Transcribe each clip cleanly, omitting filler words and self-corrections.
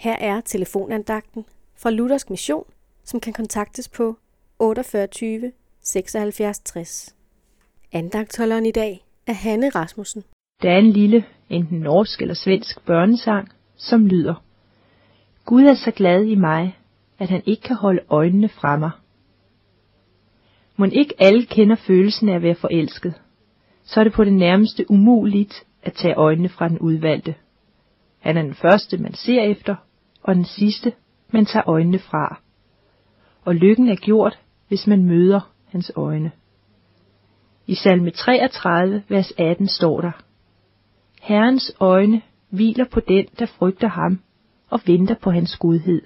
Her er telefonandagten fra Luthersk Mission, som kan kontaktes på 48 76 60. Andagtholderen i dag er Hanne Rasmussen. Der er en lille, enten norsk eller svensk børnesang, som lyder: Gud er så glad i mig, at han ikke kan holde øjnene fra mig. Mon ikke alle kender følelsen af at være forelsket, så er det på det nærmeste umuligt at tage øjnene fra den udvalgte. Han er den første, man ser efter, og den sidste, man tager øjnene fra. Og lykken er gjort, hvis man møder hans øjne. I salme 33, vers 18 står der: Herrens øjne hviler på den, der frygter ham, og venter på hans godhed.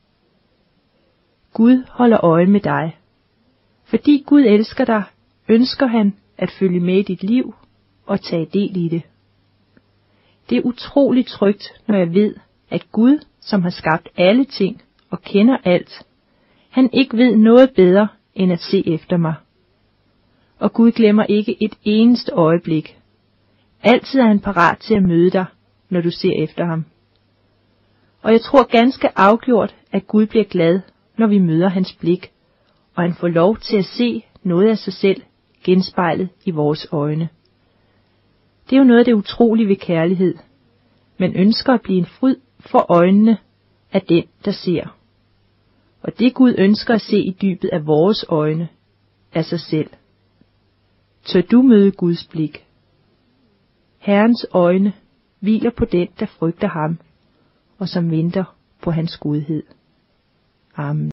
Gud holder øje med dig. Fordi Gud elsker dig, ønsker han at følge med i dit liv og tage del i det. Det er utroligt trygt, når jeg ved, at Gud, som har skabt alle ting og kender alt, han ikke ved noget bedre end at se efter mig. Og Gud glemmer ikke et eneste øjeblik. Altid er han parat til at møde dig, når du ser efter ham. Og jeg tror ganske afgjort, at Gud bliver glad, når vi møder hans blik, og han får lov til at se noget af sig selv genspejlet i vores øjne. Det er jo noget af det utrolige ved kærlighed. Man ønsker at blive en fryd for øjnene af den, der ser. Og det Gud ønsker at se i dybet af vores øjne, er sig selv. Tør du møde Guds blik? Herrens øjne hviler på den, der frygter ham, og som venter på hans godhed. Amen.